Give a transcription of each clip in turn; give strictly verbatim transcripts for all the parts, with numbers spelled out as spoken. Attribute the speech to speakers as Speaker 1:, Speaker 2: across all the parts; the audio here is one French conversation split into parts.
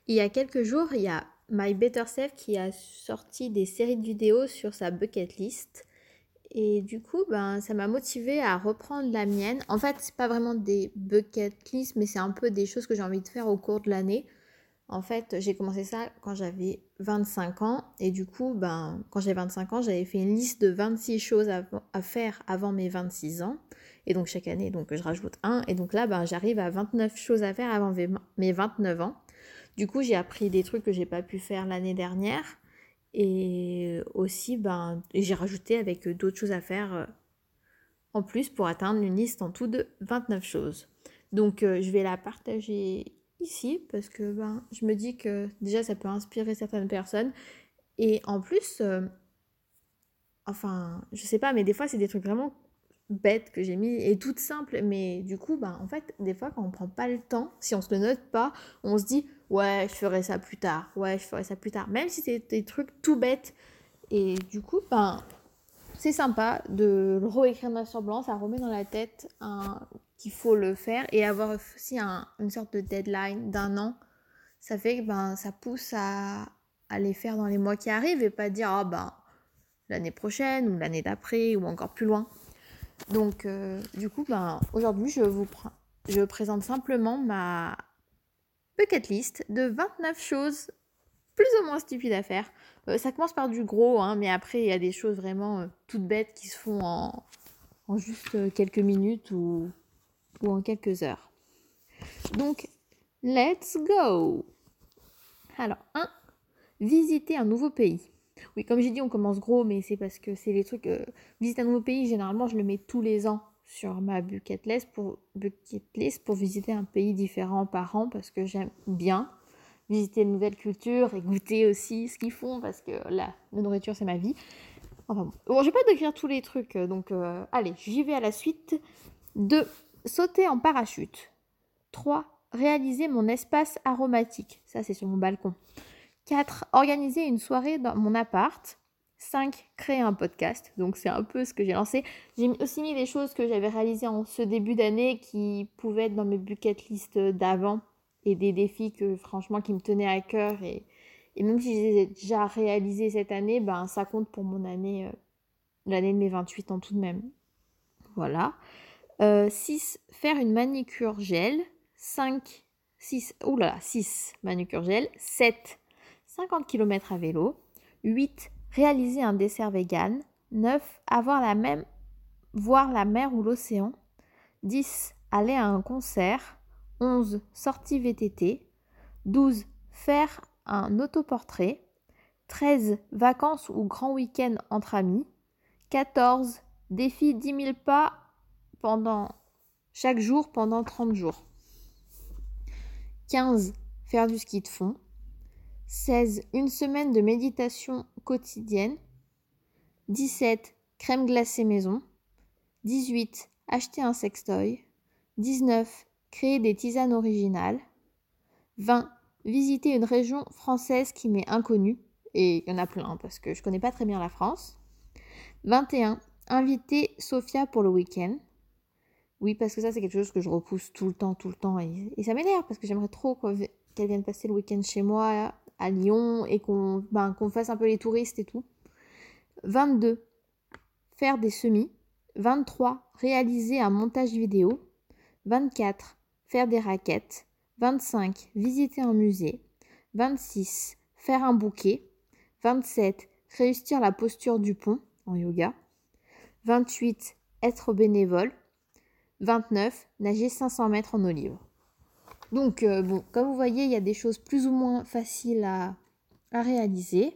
Speaker 1: Il y a quelques jours, il y a My Better Self qui a sorti des séries de vidéos sur sa bucket list. Et du coup, ben, ça m'a motivée à reprendre la mienne. En fait, c'est pas vraiment des bucket lists, mais c'est un peu des choses que j'ai envie de faire au cours de l'année. En fait, j'ai commencé ça quand j'avais vingt-cinq ans. Et du coup, ben, quand j'avais vingt-cinq ans, j'avais fait une liste de vingt-six choses à, à faire avant mes vingt-six ans. Et donc, chaque année, donc, je rajoute un. Et donc là, ben, j'arrive à vingt-neuf choses à faire avant mes vingt-neuf ans. Du coup, j'ai appris des trucs que j'ai pas pu faire l'année dernière. Et aussi, ben, j'ai rajouté avec d'autres choses à faire en plus pour atteindre une liste en tout de vingt-neuf choses. Donc, euh, je vais la partager ici parce que ben, je me dis que déjà, ça peut inspirer certaines personnes. Et en plus, euh, enfin, je sais pas, mais des fois, c'est des trucs vraiment bêtes que j'ai mis et toutes simples. Mais du coup, ben, en fait, des fois, quand on prend pas le temps, si on se le note pas, on se dit ouais, je ferai ça plus tard. Ouais, je ferai ça plus tard. Même si c'est des trucs tout bêtes. Et du coup, ben, c'est sympa de le réécrire noir sur blanc. Ça remet dans la tête un, qu'il faut le faire et avoir aussi un, une sorte de deadline d'un an. Ça fait que ben, ça pousse à, à les faire dans les mois qui arrivent et pas dire ah ben l'année prochaine ou l'année d'après ou encore plus loin. Donc euh, du coup ben aujourd'hui je vous prends, je présente simplement ma bucket list de vingt-neuf choses plus ou moins stupides à faire. Euh, ça commence par du gros, hein, mais après il y a des choses vraiment euh, toutes bêtes qui se font en, en juste euh, quelques minutes ou, ou en quelques heures. Donc let's go. Alors un, visiter un nouveau pays. Oui, comme j'ai dit, on commence gros, mais c'est parce que c'est les trucs... Euh, visiter un nouveau pays, généralement, je le mets tous les ans sur ma bucket list pour, bucket list pour visiter un pays différent par an parce que j'aime bien visiter de nouvelles cultures et goûter aussi ce qu'ils font parce que là, la nourriture, c'est ma vie. Enfin bon, bon je vais pas décrire tous les trucs, donc euh, allez, j'y vais à la suite. deux. Sauter en parachute. trois. Réaliser mon espace aromatique. Ça, c'est sur mon balcon. quatre. Organiser une soirée dans mon appart. cinq. Créer un podcast. Donc, c'est un peu ce que j'ai lancé. J'ai aussi mis les choses que j'avais réalisées en ce début d'année qui pouvaient être dans mes bucket list d'avant et des défis que, franchement, qui me tenaient à cœur. Et, et même si je les ai déjà réalisés cette année, ben, ça compte pour mon année, euh, l'année de mes vingt-huit ans tout de même. Voilà. Euh, six. Faire une manicure gel. cinq. six. Oulala, six. Manucure gel. sept. cinquante kilomètres à vélo. huit. Réaliser un dessert vegan. neuf. Avoir la même, voir la mer ou l'océan. dix. Aller à un concert. onze. Sortie V T T. douze. Faire un autoportrait. treize. Vacances ou grand week-end entre amis. quatorze. Défi dix mille pas pendant chaque jour pendant trente jours. quinze. Faire du ski de fond. seize. Une semaine de méditation quotidienne. dix-sept. Crème glacée maison. dix-huit. Acheter un sextoy. dix-neuf. Créer des tisanes originales. vingt. Visiter une région française qui m'est inconnue. Et il y en a plein parce que je connais pas très bien la France. vingt et un. Inviter Sophia pour le week-end. Oui, parce que ça, c'est quelque chose que je repousse tout le temps, tout le temps. Et, et ça m'énerve parce que j'aimerais trop qu'elle vienne passer le week-end chez moi à Lyon et qu'on, ben, qu'on fasse un peu les touristes et tout. vingt-deux. Faire des semis. vingt-trois. Réaliser un montage vidéo. vingt-quatre. Faire des raquettes. vingt-cinq. Visiter un musée. vingt-six. Faire un bouquet. vingt-sept. Réussir la posture du pont en yoga. vingt-huit. Être bénévole. vingt-neuf. Nager cinq cents mètres en eau libre. Donc, euh, bon, comme vous voyez, il y a des choses plus ou moins faciles à, à réaliser.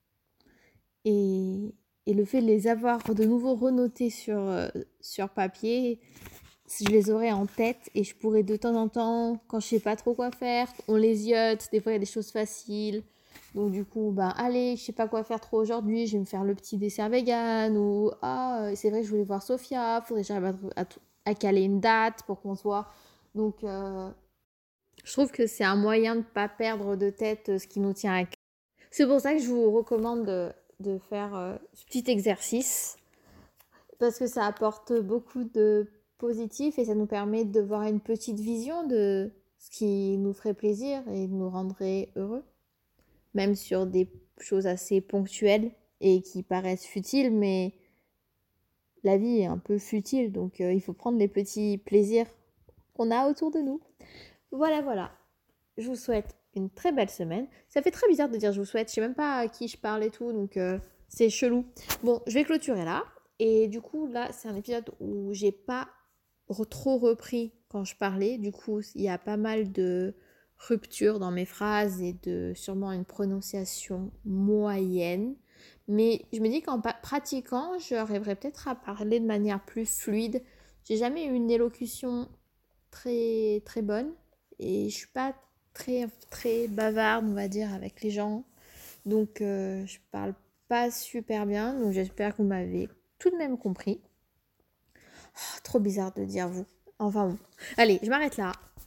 Speaker 1: Et, et le fait de les avoir de nouveau renotées sur, euh, sur papier, je les aurai en tête et je pourrai de temps en temps, quand je sais pas trop quoi faire, on les ziote, des fois il y a des choses faciles. Donc du coup, ben allez, je sais pas quoi faire trop aujourd'hui, je vais me faire le petit dessert vegan ou ah, c'est vrai que je voulais voir Sophia, faudrait que j'arrive à, à, à caler une date pour qu'on se voit. Donc euh, je trouve que c'est un moyen de ne pas perdre de tête ce qui nous tient à cœur. C'est pour ça que je vous recommande de, de faire euh, ce petit exercice parce que ça apporte beaucoup de positif et ça nous permet de voir une petite vision de ce qui nous ferait plaisir et nous rendrait heureux, même sur des choses assez ponctuelles et qui paraissent futiles, mais la vie est un peu futile, donc euh, il faut prendre les petits plaisirs qu'on a autour de nous. Voilà, voilà. Je vous souhaite une très belle semaine. Ça fait très bizarre de dire je vous souhaite, je sais même pas à qui je parle et tout, donc euh, c'est chelou. Bon, je vais clôturer là. Et du coup, là, c'est un épisode où j'ai pas re- trop repris quand je parlais. Du coup, il y a pas mal de ruptures dans mes phrases et de sûrement une prononciation moyenne. Mais je me dis qu'en pa- pratiquant, j'arriverai peut-être à parler de manière plus fluide. J'ai jamais eu une élocution très très bonne et je suis pas très très bavarde, on va dire, avec les gens. Donc euh, je parle pas super bien. Donc j'espère que vous m'avez tout de même compris. Oh, trop bizarre de dire vous. Enfin bon. Allez, je m'arrête là.